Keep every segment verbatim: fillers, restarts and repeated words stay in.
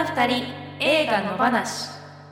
女二人映画の話。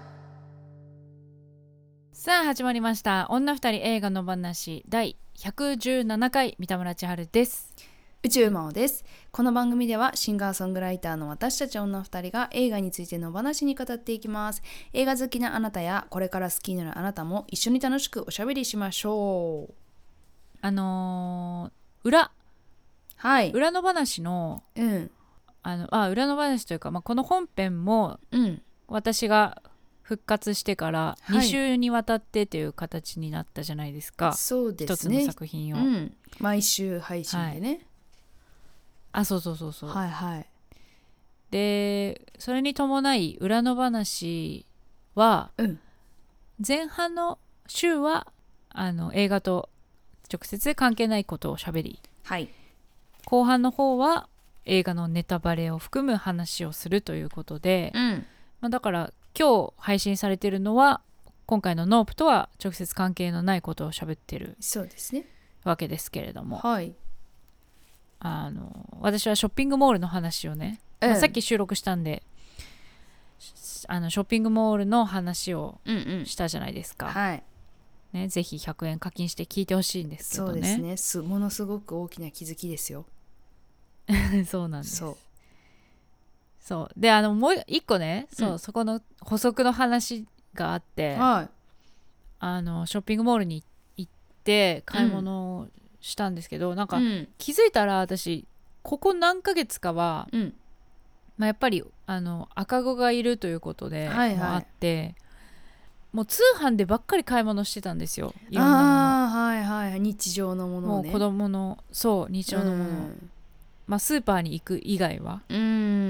さあ始まりました女二人映画の話第ひゃくじゅうななかい、三田村千春です。 宇宙魔王です。この番組ではシンガーソングライターの私たち女二人が映画についての話に語っていきます。映画好きなあなたやこれから好きになるあなたも一緒に楽しくおしゃべりしましょう。 あのー、裏はい裏の話のうんあのあ裏の話というか、まあ、この本編もうん私が復活してからはいに週にわたってという形になったじゃないですか、 そうで一つのすね。 作品を、 うん、毎週配信でね。 あそうそうそうそう、 はいはい。 でそれに伴い裏の話は、 うん前半の週はあの映画と直接関係ないことをしゃべり、 はい後半の方は映画のネタバレを含む話をするということで、 うんまあ、だから今日配信されているのは今回のノープとは直接関係のないことを喋ってるそうですね。 わけですけれども、 はい、 あの私はショッピングモールの話をね、まあ、さっき収録したんであのショッピングモールの話をうんうんしたじゃないですか、 はいね、ぜひひゃくえん課金して聞いてほしいんですけどね。 そうですね。すものすごく大きな気づきですよ。 そうなんです。 そうそうであのもう一個ね、そう、 うんそこの補足の話があって、 はあのショッピングモールに行って買い物をしたんですけど、なんか、 いうん気づいたら私ここ何ヶ月かは、 うんまあ、やっぱりあの赤子がいるということで、 はいはいもあってもう通販でばっかり買い物してたんですよ。いろんなもの、 ああはいはい日常のものをね。 もう子供のそう日常のもの、 うんまあ、スーパーに行く以外はうーん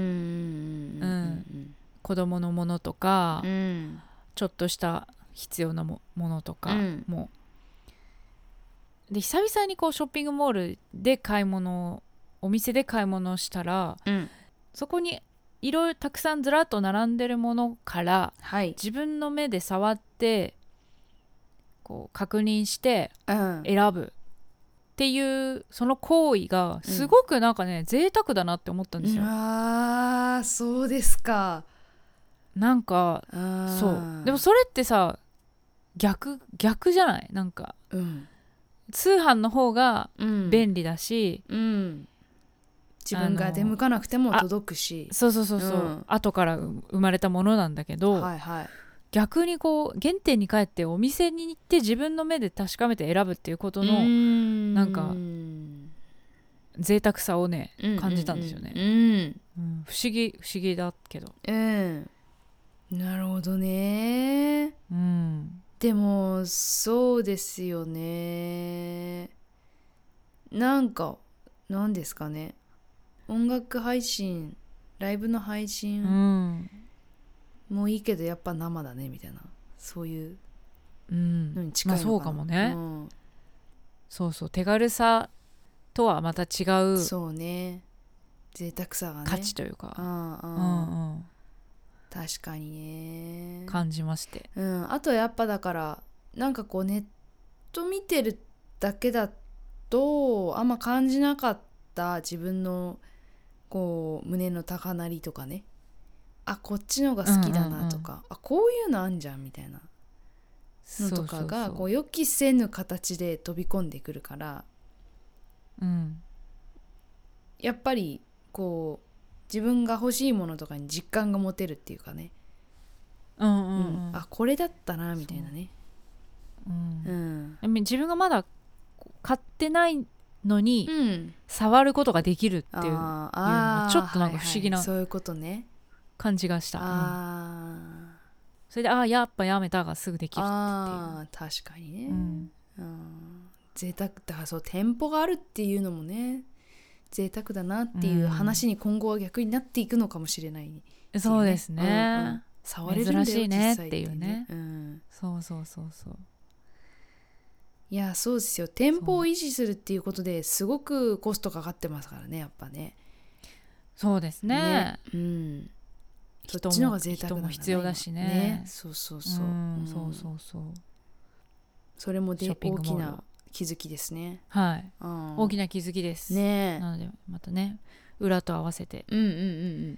うん子供のものとか、 うんちょっとした必要なものとか、 うんもうで久々にこうショッピングモールで買い物お店で買い物をしたら、 うんそこにいろいろたくさんずらっと並んでるものからはい自分の目で触ってこう確認してうん選ぶっていうその行為がすごくなんかね、贅沢だなって思ったんですよ。 ああそうですか。 なんかあーそうでもそれってさ逆逆じゃない？なんかうん通販の方がうん便利だし、 うん自分が出向かなくても届くし。 そうそうそうそう、 うん後から生まれたものなんだけど、 はいはい逆にこう原点に帰ってお店に行って自分の目で確かめて選ぶっていうことうーのんなんか贅沢さをねうん感じたんですよね、 うんうんうん不思議不思議だけど、 うんなるほどね。 うんでもそうですよね。なんかなんですかね、音楽配信ライブの配う信んもいいけどやっぱ生だねみたいな、そういううんのに近いのかな。 まあそうかもね、 うんそうそう手軽さとはまた違うそうね、贅沢さがね価値というか、 うんううんんうん確かにね。 感じまして、 うんあとやっぱだからなんかこうネット見てるだけだとあんま感じなかった自分のこう胸の高鳴りとかね、あこっちのが好きだなとか、 うんうんあこういうのあんじゃんみたいなのとかがそうそうそうこう予期せぬ形で飛び込んでくるから、 うんやっぱりこう自分が欲しいものとかに実感が持てるっていうかね、 うんうんうんうんあこれだったなみたいなね。 うんうんでも自分がまだ買ってないのにうん触ることができるっていうあーいうのはあーちょっとなんか不思議なはいはいそういうことね。 感じがした、うんあそれでああやっぱやめたがすぐできーるってあー確かにね、 いう、うんうん贅沢だからそう店舗があるっていうのもね贅沢だなっていう話に今後は逆になっていくのかもしれない、ねそうですね、 うんうん触れるんだよ珍しいね実際っていうねうん、 そうそうそうそういやそうですよ、店舗を維持するっていうことですごくコストかかってますからねやっぱね。 そうですねねうんそっちの方が贅沢なんだ、ね、 人も必要だしねねそうそうそう、 うんうんそうそうそうそれもでショッピン大きグモールはな気づきですね、 はいうん、 大きな気づきです、 ねなのでまたね裏と合わせてうんうんうんうん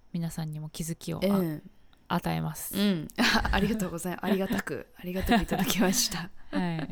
皆さんにも気づきを、 うん与えます、 うん、あ, ありがとうございます。ありがたくありがたくいただきましたはい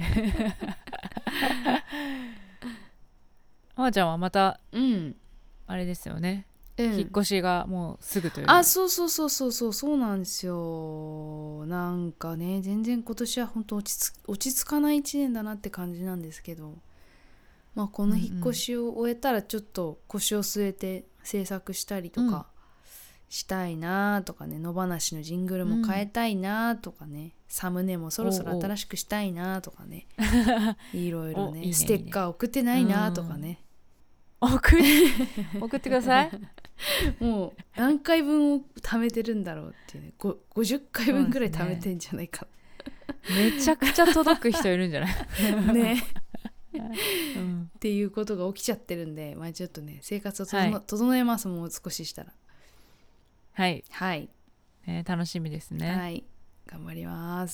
まーちゃんはまたうんあれですよね、 うん、 引っ越しがもうすぐという。 あ、そうそうそうそうそうそうなんですよ。なんかね、全然今年は本当落ち着落ち着かない一年だなって感じなんですけど、まあこの引っ越しを終えたらちょっと腰を据えて制作したりとかしたいなとかね、野放しのジングルも変えたいなとかね、うん、サムネもそろそろ新しくしたいなとかね、いろいろね、いいね、ステッカー送ってないなとかね、 送っ送ってくださいもう何回分を貯めてるんだろうっていうね、ごじゅっかいぶんぐらい貯めてんじゃないか、 ね、めちゃくちゃ届く人いるんじゃないね、 うん、っていうことが起きちゃってるんで、まあ、ちょっとね生活を整、はい、整えます。もう少ししたらはいはい、 えー、楽しみですね。 はい、頑張ります。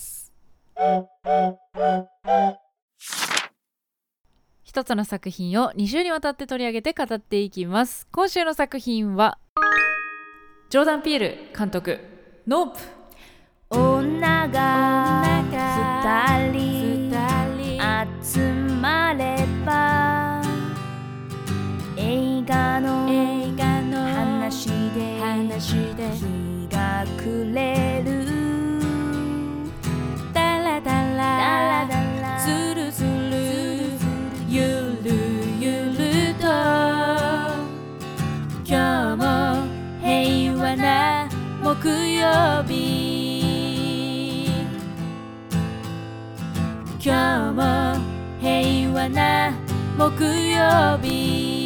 一つの作品をに週にわたって取り上げて語っていきます。今週の作品はジョーダン・ピール監督、ノープ。 女が二人集まれば映画の話で日が暮れる。ダラダラズルズルゆるゆると今日も平和な木曜日、今日も平和な木曜日。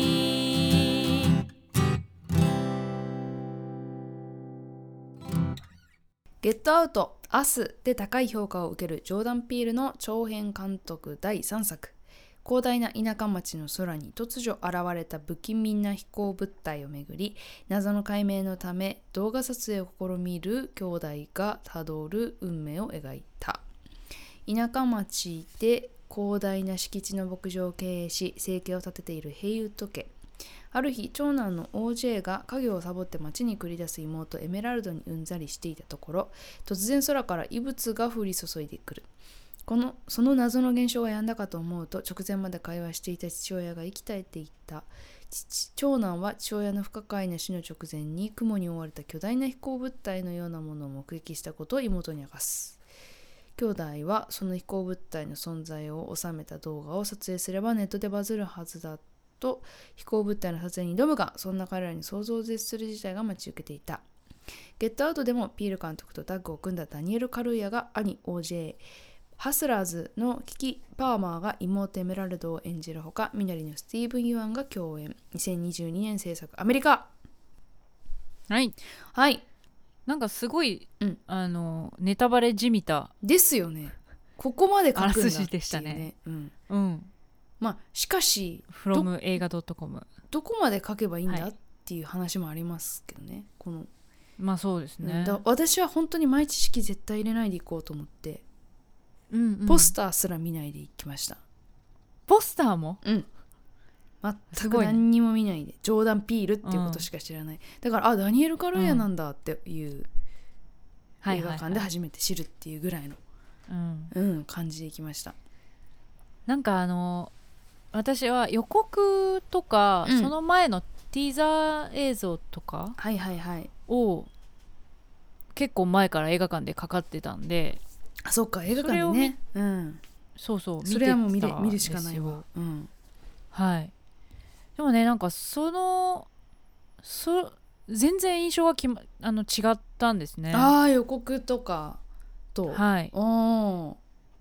ゲットアウト、明日で高い評価を受けるジョーダン・ピールの長編監督だいさんさく。広大な田舎町の空に突如現れた不気味な飛行物体をめぐり、謎の解明のため動画撮影を試みる兄弟がたどる運命を描いた。田舎町で広大な敷地の牧場を経営し生計を立てているヘイウッド家。ある日、長男の オージェー が家業をサボって町に繰り出す妹エメラルドにうんざりしていたところ、突然空から異物が降り注いでくる。このその謎の現象が止んだかと思うと、直前まで会話していた父親が息絶えていった。父長男は父親の不可解な死の直前に雲に覆われた巨大な飛行物体のようなものを目撃したことを妹に明かす。兄弟はその飛行物体の存在を収めた動画を撮影すればネットでバズるはずだと飛行物体の撮影に挑むが、そんな彼らに想像を絶する事態が待ち受けていた。ゲットアウトでもピール監督とタッグを組んだダニエル・カルーヤが兄 オージェー、ハスラーズのキキ・パーマーが妹エメラルドを演じるほか、ミナリのスティーブン・ユアンが共演。にせんにじゅうにねん制作、アメリカ。 はいはい、 なんかすごい、 うん、 あのネタバレじみたですよね。ここまで書くんだっていうね。 あらすじでしたね。 うん、 うん、 まあしかしフロム 映画 ドットコムど, どこまで書けばいいんだ、はい、っていう話もありますけどね。このまあそうですね、 だ私は本当に前知識絶対入れないでいこうと思って、うんうん、ポスターすら見ないでいきました。 ポスターも？ うん、全く何にも見ないで、ジョーダン・ピールっていうことしか知らない、うん、だからあダニエル・カルーヤなんだっていう、うん、映画館で初めて知るっていうぐらいの、うんうん、感じでいきました。 なんかあの私は予告とか、うん、その前のティーザー映像とかはいはいはいを結構前から映画館でかかってたんで、 あそうか映画館でね、うん、 そうそう見てた、 それはもう見れ見るしかないわ、うん、 はい。でもねなんかそのそ全然印象がき、ま、あの違ったんですね。 ああ予告とかと、 はい。 お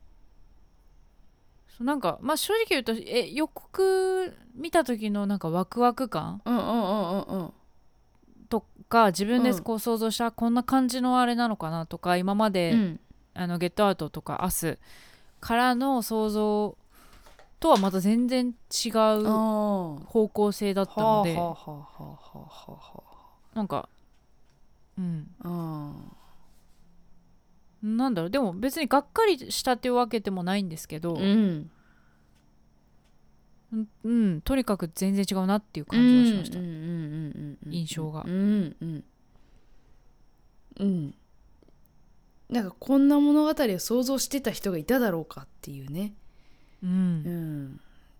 なんかまあ正直言うとえ予告見た時のなんかワクワク感、 うんうんうんうんうん、 とか自分でこう想像した、うん、こんな感じのあれなのかなとか今まで、うん、あのゲットアウトとかアスからの想像とはまた全然違う方向性だったので、なんかうんなんだろう、でも別にがっかりしたっていうわけでもないんですけど、 うん、 うん、とにかく全然違うなっていう感じがしました、 うんうんうんうんうん、 印象が。 うんうんうん、なんかこんな物語を想像してた人がいただろうかっていうね、 うん、 うん、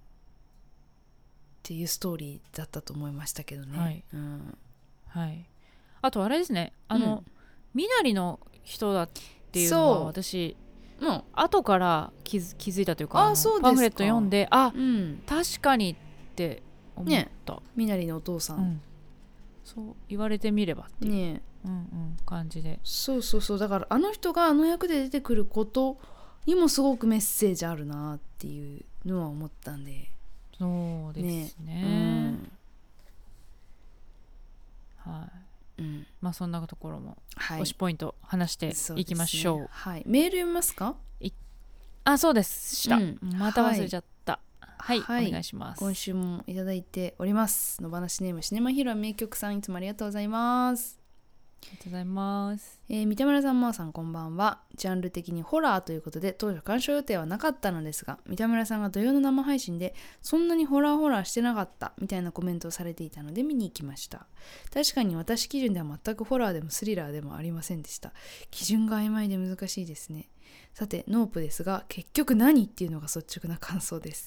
っていうストーリーだったと思いましたけどね。 はい、 うんはい、あとあれですね、あの、 うん、 みなりの人だっていうのは私うん、 後から気づ、気づいたというか、 あ、 あのそうですか。 パンフレット読んで、あ、 うん、 確かにって思った、 ね、みなりのお父さん、 うん、そう言われてみればっていう、 ね、 うんうん、感じで、 そうそうそう、だからあの人があの役で出てくることにもすごくメッセージあるなっていうのは思ったんで。 そうですね、 ね、 うん、はい、 うん、 まあそんなところもはい、 推しポイント話していきましょう。 そうですね、はい、メール読みますか？ あ、そうですした、 うん、 また忘れちゃったはい、 はい、 お願いします。 今週もいただいております。野放しネームシネマヒロ名曲さん、いつもありがとうございます。 ありがとうございます。 えー、三田村さん、まーさん、こんばんは。ジャンル的にホラーということで当初鑑賞予定はなかったのですが、三田村さんが土曜の生配信でそんなにホラーホラーしてなかったみたいなコメントをされていたので見に行きました。確かに私基準では全くホラーでもスリラーでもありませんでした。基準が曖昧で難しいですね。さてノープですが、結局何っていうのが率直な感想です。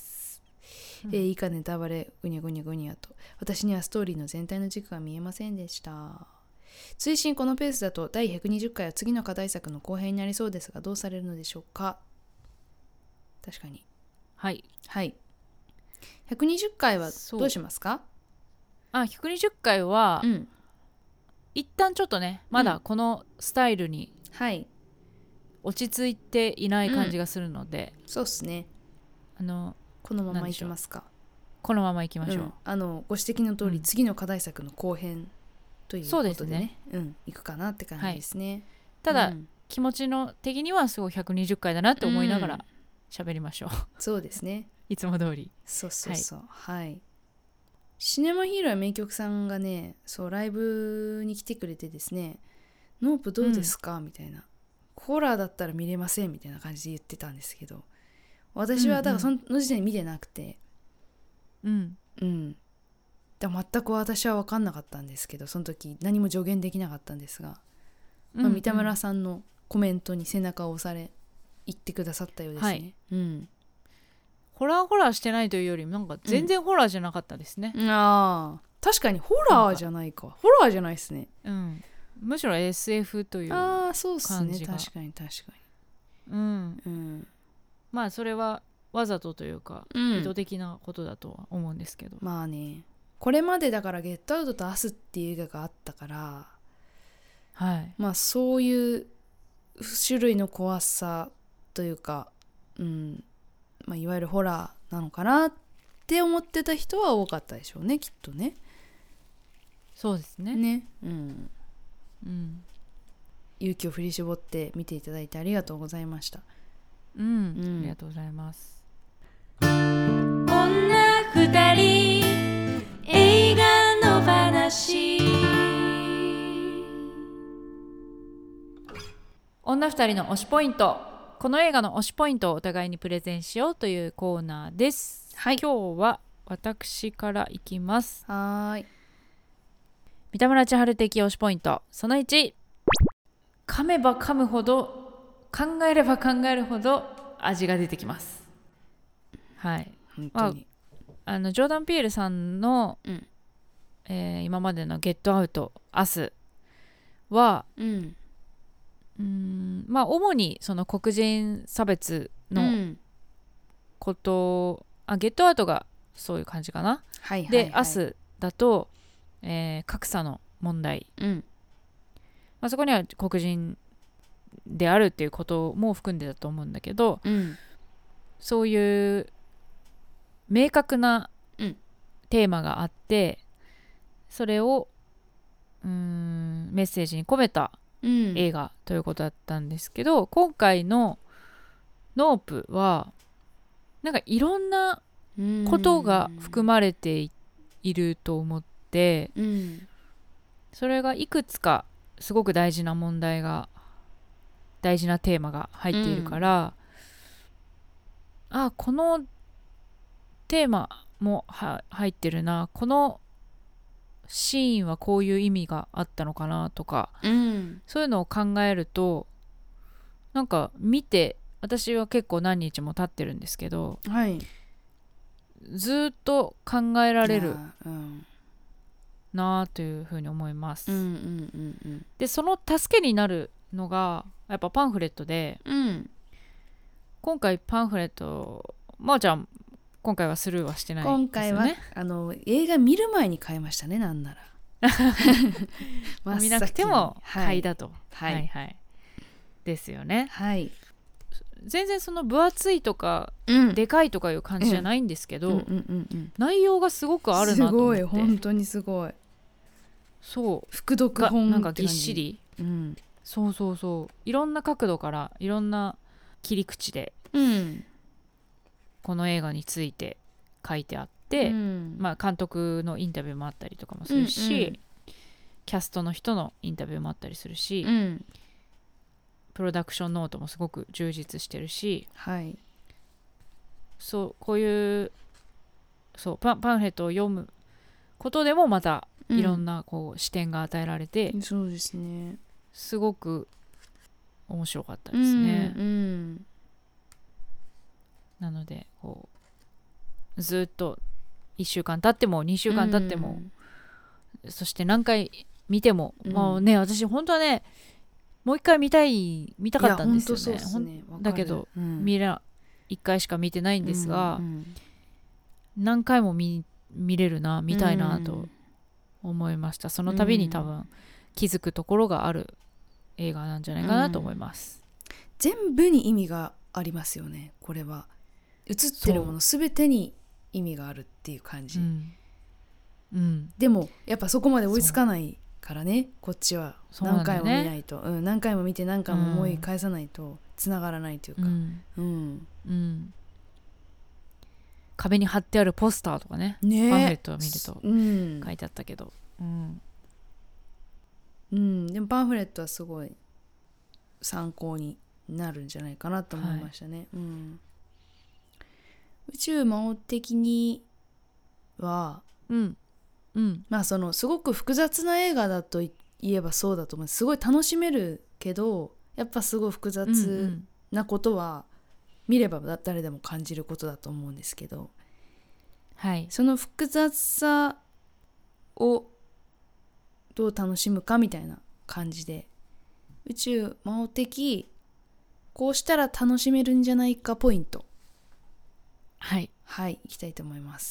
うん、えー、以下ネタバレぐにゃぐにゃぐにゃと、私にはストーリーの全体の軸が見えませんでした。追伸このペースだとだいひゃくにじゅっかいは次の課題作の後編になりそうですが、どうされるのでしょうか。確かに、 はいはい、ひゃくにじゅっかいはどうしますか？ あ、ひゃくにじゅっかいは、うん、一旦ちょっとねまだこのスタイルに落ち着いていない感じがするので、 うん、そうっすね、 あのこのままいきますか。 このままいきましょう、うん、 あのご指摘の通り、うん、次の課題作の後編ということでね、そうですね、うん、いくかなって感じですね、はい、 ただ、うん、気持ちの的にはすごいひゃくにじゅっかいだなって思いながら喋りましょう、うん、 そうですね、 いつも通り、 そうそうそう、はい、はい、シネマヒーローや名曲さんがね、そうライブに来てくれてですね、ノープどうですか、うん、みたいな、ホラーだったら見れませんみたいな感じで言ってたんですけど、私はだからその時点で見てなくて、うんうん、だ全く私は分かんなかったんですけど、その時何も助言できなかったんですが、うんうん、まあ、三田村さんのコメントに背中を押され言ってくださったようですね、はい、うん、 ホラーホラーしてないというよりなんか全然ホラーじゃなかったですね、 うん、あ確かにホラーじゃないか、ホラーじゃないですね、 うん、むしろ エスエフ という感じが、 あそうっすね、確かに確かに、うんうん、まあそれはわざとというか、うん、意図的なことだとは思うんですけど、 まあね、これまでだからゲットアウトとアスっていう映画があったから、 はい、 まあそういう種類の怖さというか、うんまあ、いわゆるホラーなのかなって思ってた人は多かったでしょうね、きっとね。 そうですね。 ね、うんうん、勇気を振り絞って見ていただいてありがとうございました。 うん、うん、ありがとうございます。 女二人映画の話、 女二人の推しポイント、この映画の推しポイントをお互いにプレゼンしようというコーナーです、はい、今日は私からいきます。 はい、 三田村千春的推しポイントそのいち、噛めば噛むほど考えれば考えるほど味が出てきます。はい、 本当に、 まあ、あのジョーダン・ピエールさんの、 うんえー、今までのゲットアウト、アスは、うん、うーんまあ主にその黒人差別のこと、うん、あゲットアウトがそういう感じかな、はいはいはい、でアスだと、えー、格差の問題、うんまあ、そこには黒人であるっていうことも含んでたと思うんだけど、うん、そういう明確なテーマがあって、それをうーんメッセージに込めた映画ということだったんですけど、うん、今回のノープはなんかいろんなことが含まれていると思って、うん、それがいくつかすごく大事な問題が大事なテーマが入っているから、うん、あこのテーマもは入ってるな、このシーンはこういう意味があったのかなとか、 うん、 そういうのを考えるとなんか見て、私は結構何日も経ってるんですけど、 はい、 ずっと考えられるあー、うんなというふうに思います、 うんうんうんうんでその助けになるのがやっぱパンフレットで、 うん今回パンフレットまーちゃん今回はスルーはしてないですよね。 今回はあの映画見る前に買いましたね、なんなら真っ先に見なくてもはい買いだと、 はいはいはいですよね。 はい全然その分厚いとか、 うんでかいとかいう感じじゃないんですけど、 うんうんうんうん内容がすごくあるなと思って、 すごい本当にすごいそう副読が本なんかぎっって感じしり、 うんそうそうそう、いろんな角度からいろんな切り口でうんこの映画について書いてあって、 うんまあ、監督のインタビューもあったりとかもするし、 うんうんキャストの人のインタビューもあったりするし、 うんプロダクションノートもすごく充実してるし、 はいそうこういうそう パ, パンフレットを読むことでもまたいろんなこう視点が与えられて、 そうですねすごく面白かったですね、 うんうんなのでこうずっといっしゅうかん経ってもにしゅうかん経っても、そして何回見ても、 うんまあね、私本当はねもう一回見たい見たかったんですよね。 いや本当そうっすね、わかるだけど、 うん見らいっかいしか見てないんですが、 うんうん何回も 見, 見れるな見たいなと思いました。その度に多分気づくところがある映画なんじゃないかなと思います、 うん、全部に意味がありますよね。これは映ってるもの全てに意味があるっていう感じ、 うんうん、 でもやっぱそこまで追いつかないからね、こっちは何回も見ないと、う、ねうん、何回も見て何回も思い返さないとつながらないというか、 うんうんうん、壁に貼ってあるポスターとかね、 ねパンフレットを見るとうん書いてあったけど、うんうん、でもパンフレットはすごい参考になるんじゃないかなと思いましたね、はい、うん、宇宙魔王的には、 うんうん、 まあそのすごく複雑な映画だと言えばそうだと思う。すごい楽しめるけどやっぱすごい複雑なことは見れば誰でも感じることだと思うんですけど、 はい、 その複雑さをどう楽しむかみたいな感じで、宇宙魔王的こうしたら楽しめるんじゃないかポイント、 はいはいいきたいと思います。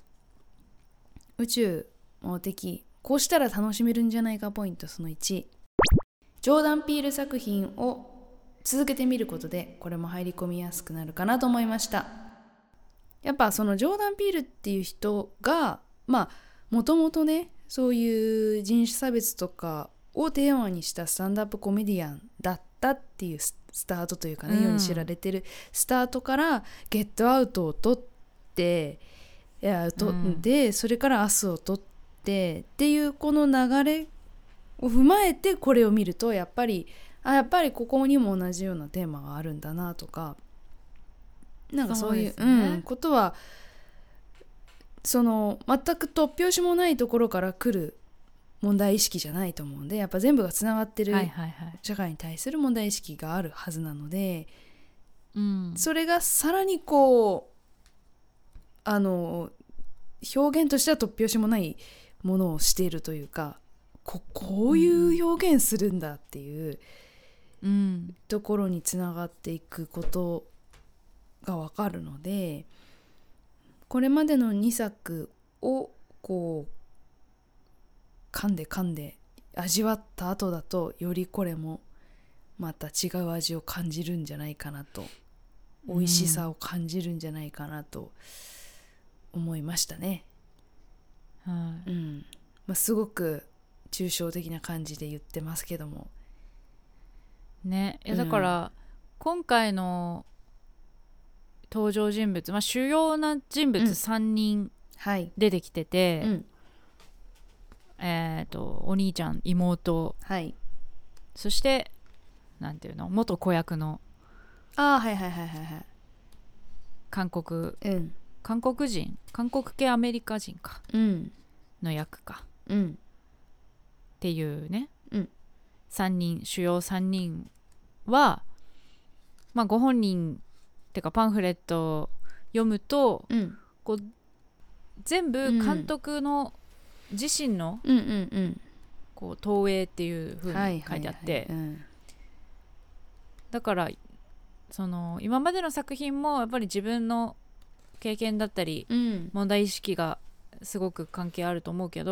宇宙魔王的こうしたら楽しめるんじゃないかポイントそのいち、ジョーダン・ピール作品を続けてみることでこれも入り込みやすくなるかなと思いました。やっぱそのジョーダン・ピールっていう人がまあもともとねそういう人種差別とかをテーマにしたスタンダップコメディアンだったっていうスタートというかね、うん、世に知られてるスタートからゲットアウトを取っていやと、うん、でそれからアスを取ってっていうこの流れを踏まえてこれを見るとやっぱりあやっぱりここにも同じようなテーマがあるんだなとか、なんかそういう、そうですね、うん、ことはその全く突拍子もないところから来る問題意識じゃないと思うんで、やっぱ全部がつながってる社会に対する問題意識があるはずなので、 うん、 それがさらにこうあの表現としては突拍子もないものをしているというか、 こ, こういう表現するんだっていう、 うん、 ところにつながっていくことが分かるので、これまでのにさくをこう噛んで噛んで味わった後だとよりこれもまた違う味を感じるんじゃないかなと、美味しさを感じるんじゃないかなと思いましたね、 はいうんまあ、すごく抽象的な感じで言ってますけどもね、いやだから、うん、今回の登場人物、まあ、主要な人物さんにん出てきてて、 うんえー、とお兄ちゃん妹、 はい、 そしてなんていうの元子役のあはいはいはいはいはい韓国韓国人韓国系アメリカ人かうんの役かうんっていうね、 うん、 さんにん主要さんにんは、まあ、ご本人ってかパンフレットを読むと、 うん、 こう全部監督の自身の、 うんうんうんこう投影っていう風に書いてあって、 はいはいはいはい、うん、 だからその今までの作品もやっぱり自分の経験だったり、 うん、 問題意識がすごく関係あると思うけど、 うん、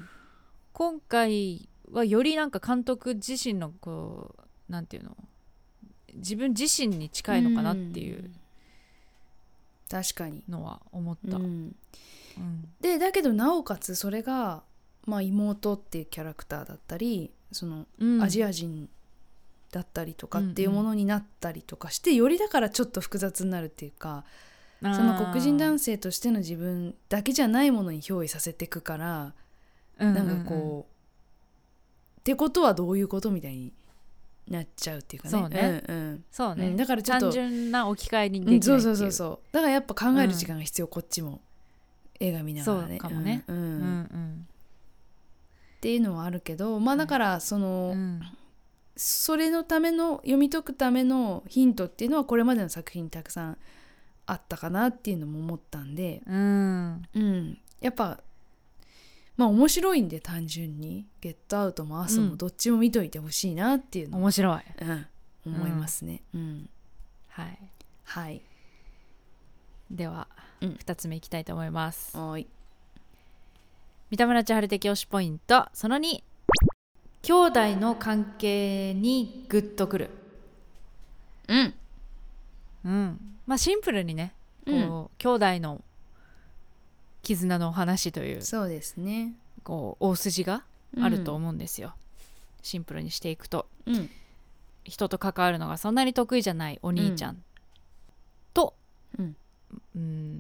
今回はよりなんか監督自身のこうなんていうの自分自身に近いのかなっていう確かにのは思った、 うんうん、 でだけどなおかつそれが、まあ、妹っていうキャラクターだったりその、 うん、 アジア人だったりとかっていうものになったりとかして、うんうん、よりだからちょっと複雑になるっていうかその黒人男性としての自分だけじゃないものに憑依させていくから、うんうんうん、なんかこうってことはどういうことみたいになっちゃうっていうかね。 そうね、 うんうん、 そうね、 うん、だからちょっと単純な置き換えにできないっていう、 うん、そうそうそうそうだからやっぱ考える時間が必要、うん、こっちも映画見ながらねそうかもね、 うんうんうんうん、 っていうのはあるけどまあだからその、 うん、 それのための読み解くためのヒントっていうのはこれまでの作品にたくさんあったかなっていうのも思ったんで、 うんうん、やっぱまあ面白いんで単純にゲットアウトもアスもどっちも見といてほしいなっていうの、 うん、面白い、 うん、思いますね、うんうん、 はいはいでは、 うん、 ふたつめいきたいと思います。 はい三田村千春的推しポイントそのに兄弟の関係にグッとくる。 うんうんまあシンプルにねこう、うん、兄弟の絆の話というそうですねこう大筋があると思うんですよ、うん、シンプルにしていくと、 うん、 人と関わるのがそんなに得意じゃないお兄ちゃん、うん、と、うんうん、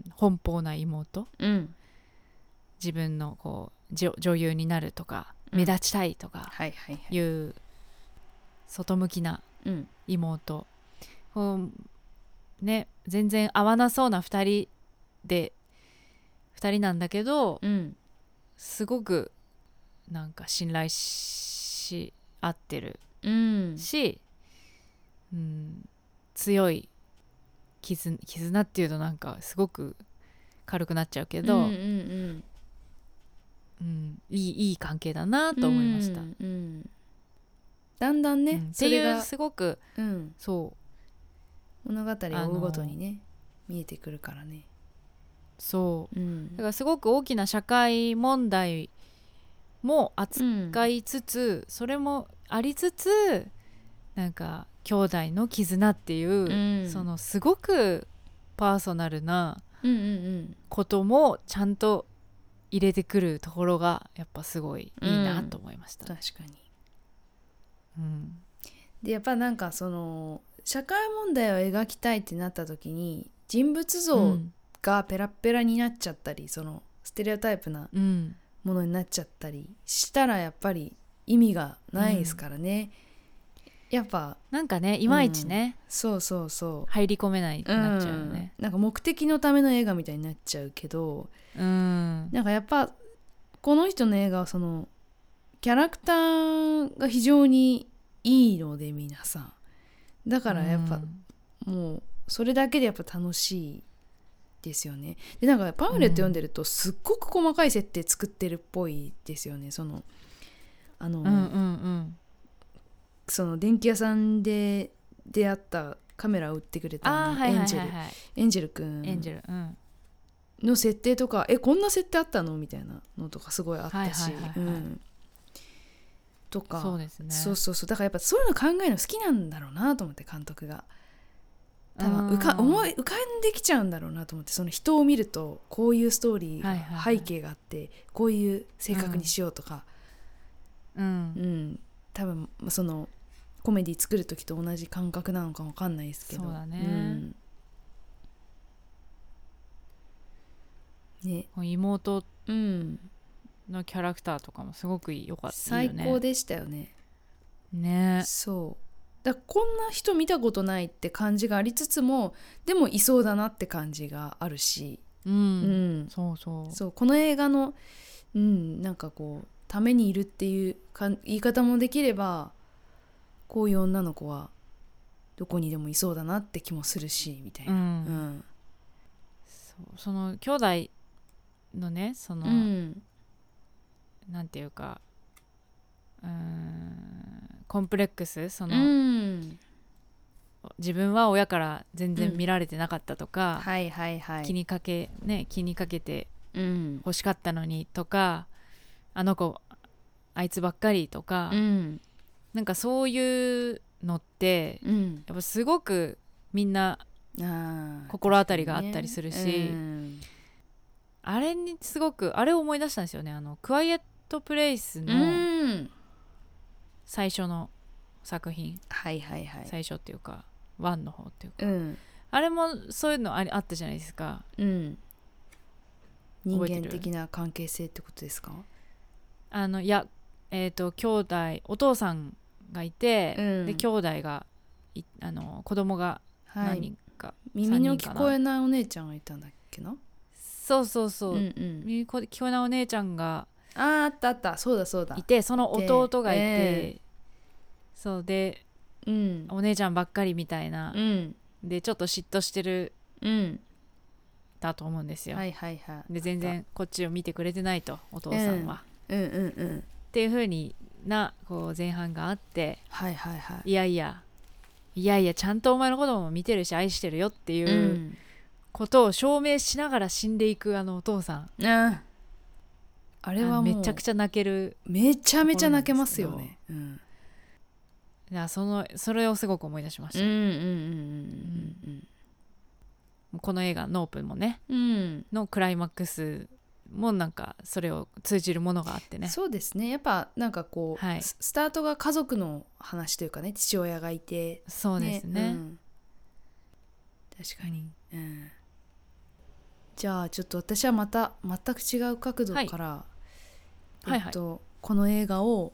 奔放な妹、 うん、 自分のこう女優になるとか、うん、目立ちたいとかいう外向きな妹、うん、ね、全然合わなそうなふたりでふたりなんだけど、うん、すごくなんか信頼し合ってる、うん、し、うん、強い絆、絆っていうとなんかすごく軽くなっちゃうけど、うんうんうんうん、いい、いい関係だなと思いました、うんうん、 だんだんね、うん、 っていうすごく、 うん、 そう物語を追うごとにね見えてくるからねそう、うん、だからすごく大きな社会問題も扱いつつ、うん、それもありつつなんか兄弟の絆っていう、うん、そのすごくパーソナルなこともちゃんと入れてくるところがやっぱすごいいいなと思いました、 うん、確かに、 うん、 でやっぱなんかその社会問題を描きたいってなった時に人物像がペラッペラになっちゃったり、うん、そのステレオタイプなものになっちゃったりしたらやっぱり意味がないですからね、うん、やっぱなんかねいまいちね、 うん、そうそうそう入り込めないくなっちゃうよね、 うん、なんか目的のための映画みたいになっちゃうけど、 うん、 なんかやっぱこの人の映画はそのキャラクターが非常にいいので皆さんだからやっぱ、うん、もうそれだけでやっぱ楽しいですよね。でなんかパンフレット読んでるとすっごく細かい設定作ってるっぽいですよね。そのあの、 うんうんうん、 その電気屋さんで出会ったカメラを売ってくれた、ね、エンジェル、エンジェルくんの設定とか、えこんな設定あったのみたいなのとかすごいあったし、とかそうですね。 そうそうそうだからやっぱそういうの考えるの好きなんだろうなと思って監督が多分浮か思い浮かんできちゃうんだろうなと思って、その人を見るとこういうストーリーが背景があって、はいはいはい、こういう性格にしようとか、 うんうん、 多分そのコメディ作る時と同じ感覚なのか分かんないですけど、 そうだね、 うんね、 妹のキャラクターとかもすごく良かったよね。 最高でしたよね。 ね、 そうだからこんな人見たことないって感じがありつつもでもいそうだなって感じがあるし、 うん、 うんそうそうそうこの映画の、うん、なんかこうためにいるっていうか言い方もできれば、こういう女の子はどこにでもいそうだなって気もするしみたいな、 うんうん、 そうその兄弟のねその、 うん、 なんていうかうーんコンプレックスその、 うん、 自分は親から全然見られてなかったとか、 うん、はいはいはい、 気にかけね気にかけてうん、 欲しかったのにとか、あの子あいつばっかりとか、 うん、 なんかそういうのって、 うん、 やっぱすごくみんなあ心当たりがあったりするし、 ね、うん、 あれにすごくあれを思い出したんですよね。あのクワイエットプレイスの最初の作品、 はいはいはい、 最初っていうかワンの方っていうか、 うん、 あれもそういうのありあったじゃないですか、 うん、人間的な関係性ってことですか？ あのいやえっ、ー、と兄弟お父さんがいて、うん、で兄弟がいあの子供が何人か、はい、 耳の聞こえないお姉ちゃんがいたんだっけな。 そうそうそう、 うんうん、 耳聞こえないお姉ちゃんがああったあったそうだそうだいて、その弟がいて、えー、そうで、 うん、 お姉ちゃんばっかりみたいな、 うん、 でちょっと嫉妬してる、 うん、 だと思うんですよ、 はいはいはい、 で全然こっちを見てくれてないとお父さんは、 うん、うんうんうんっていう風になこう前半があって、 はいはいはい、 いやいやいやいやちゃんとお前のことも見てるし愛してるよっていうことを証明しながら死んでいくあのお父さん、 うん、あれはもうめちゃくちゃ泣ける、 めちゃめちゃ泣けますよね、うん、 いや そのそれをすごく思い出しました。うんうんうんうんうん、うん、この映画ノープもね、うん、のクライマックスもなんかそれを通じるものがあってね。 そうですね、やっぱなんかこう、はい、スタートが家族の話というかね、父親がいて、 そうですね、うん、 確かに、うん、じゃあちょっと私はまた全く違う角度から、はい、えっと、はいはい、この映画を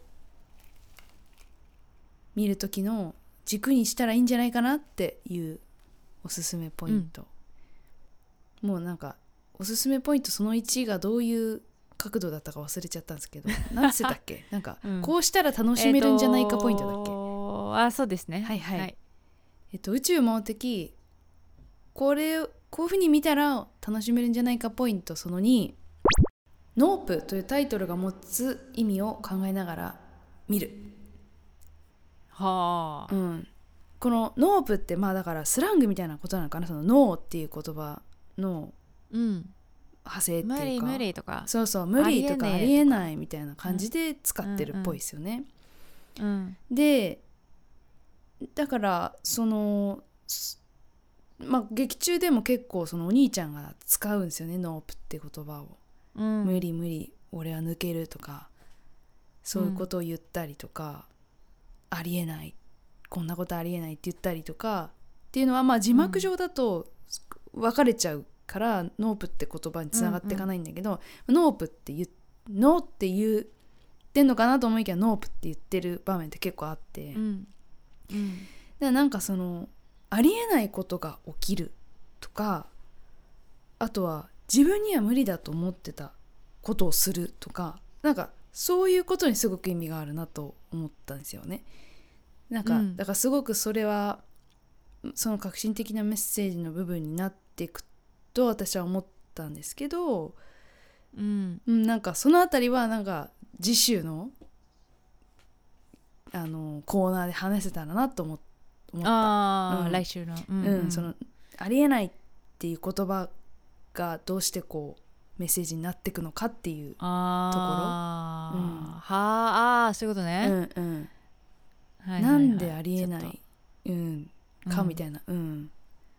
見る時の軸にしたらいいんじゃないかなっていうおすすめポイント、うん、もうなんかおすすめポイントそのいちがどういう角度だったか忘れちゃったんですけど何つったっけなんか、うん、こうしたら楽しめるんじゃないかポイントだっけ、えー、 あそうですね、 はいはい、はい、えっと、宇宙魔王的これこういう風に見たら楽しめるんじゃないかポイントそのに、ノープというタイトルが持つ意味を考えながら見る。 はあ、 うん、このノープってまあだからスラングみたいなことなのかな、そのノーっていう言葉の派生っていうか、 無理無理とか、 そうそう無理とかありえないみたいな感じで使ってるっぽいですよね、 うんうんうん、 でだからそのまあ劇中でも結構そのお兄ちゃんが使うんですよね、ノープって言葉を、うん、無理無理俺は抜けるとかそういうことを言ったりとか、うん、ありえないこんなことありえないって言ったりとかっていうのはまあ字幕上だと分かれちゃうから、うん、ノープって言葉につながっていかないんだけど、うんうん、ノープって言ノーって言ってんのかなと思いきやノープって言ってる場面って結構あって、うんうん、だからなんかそのありえないことが起きるとか、あとは自分には無理だと思ってたことをするとか、なんかそういうことにすごく意味があるなと思ったんですよね。なんか、うん、だからすごくそれはその革新的なメッセージの部分になっていくと私は思ったんですけど、うん、なんかそのあたりはなんか次週のあのコーナーで話せたらなと思った。 あ、うん、来週の、 うんうんうん、そのありえないっていう言葉がどうしてこうメッセージになっていくのかっていうところ、 あ、うん、はあ、そういうことね、 うんうん、はいはいはい、なんでありえない、うん、かみたいな、うんうん、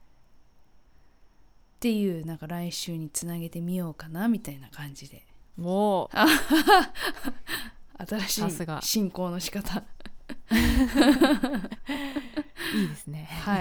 っていうなんか来週につなげてみようかなみたいな感じで、 お新しい進行の仕方いいですね。 はい。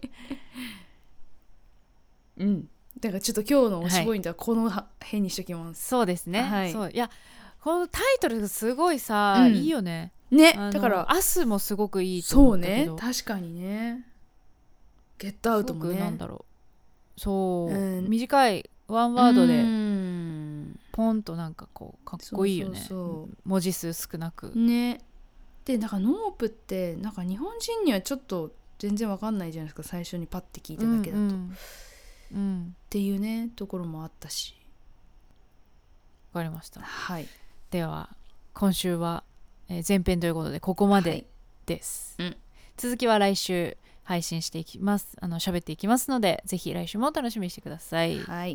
うん。だからちょっと今日の推しポイントはこの辺にしときます。 そうですね。はい、そういやこのタイトルがすごいさ、うん、いいよね。 ね。だから明日もすごくいいと思ったけど。 そうね。確かにね。ゲットアウトもね。 なんだろう。そう、うん、短いワンワードでうんポンとなんかこうかっこいいよね。 そうそうそう文字数少なくね。でなんかノープってなんか日本人にはちょっと全然わかんないじゃないですか、最初にパッて聞いただけだと、 うんうんうん、 っていうねところもあったし。 わかりました。 はい、 では今週は前編ということでここまでです、 はい、うん、 続きは来週配信していきます。あの喋っていきますので、ぜひ来週も楽しみにしてください。 はい。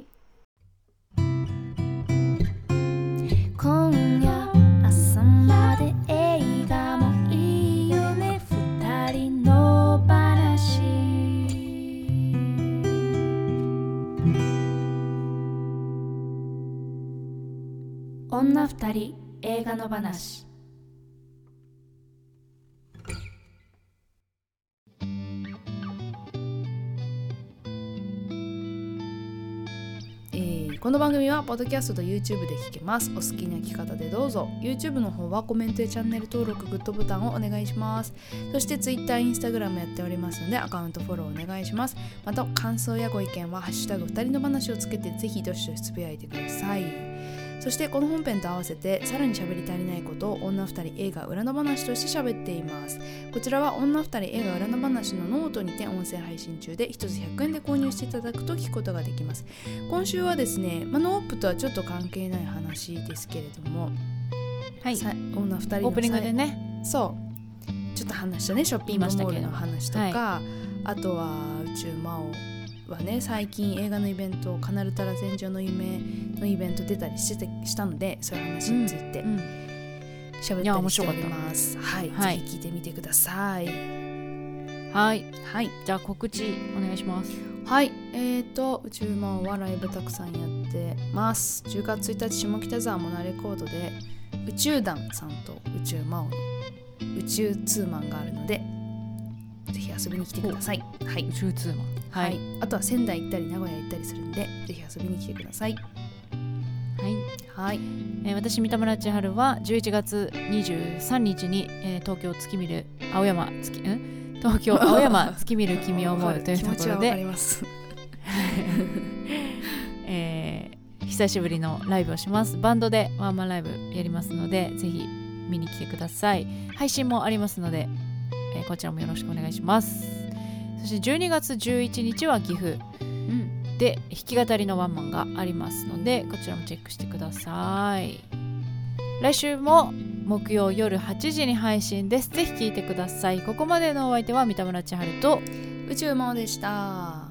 今夜朝まで映画もいいよね、二人の話。女二人映画の話。 この番組はポッドキャストと YouTube で聞けます。お好きな聞き方でどうぞ。 YouTube の方はコメントやチャンネル登録、グッドボタンをお願いします。そして Twitter、Instagram やっておりますのでアカウントフォローお願いします。また感想やご意見はハッシュタグふたりの話をつけてぜひどしどしつぶやいてください。そしてこの本編と合わせてさらに喋り足りないことを女二人映画裏の話として喋っています。こちらは女二人映画裏の話のノートにて音声配信中で、一つひゃくえんで購入していただくと聞くことができます。今週はですね、まあ、ノープとはちょっと関係ない話ですけれども、 はい、 女二人のオープニングでね、 そうちょっと話したね、ショッピングモールの話とか、はい、あとは宇宙魔王はね、最近映画のイベント、カナルタラ戦場の夢のイベント出たりしてしたので、そういう話について喋、うん、ったりしております。はい、はい、ぜひ聞いてみてください。 はい、 はい、 じゃあ告知お願いします。 はい、えーと宇宙魔王はライブたくさんやってます。じゅうがつついたち下北沢モナレコードで宇宙団さんと宇宙魔王の宇宙ツーマンがあるので、ぜひ遊びに来てください。はい、 宇宙ツーマン、はい、はい、 あとは仙台行ったり名古屋行ったりするんで、ぜひ遊びに来てください。 はい、 はい、 えー、私三田村千春はじゅういちがつにじゅうさんにちに、えー、東京月見る青山月ん東京青山月見る君を思うというところでえー、久しぶりのライブをします。バンドでワンマンライブやりますので、ぜひ見に来てください。配信もありますので、えー、こちらもよろしくお願いします。そしてじゅうにがつじゅういちにちは岐阜で弾き語りのワンマンがありますので、こちらもチェックしてください。来週も木曜夜はちじに配信です。ぜひ聞いてください。ここまでのお相手は三田村千春と宇宙魔王でした。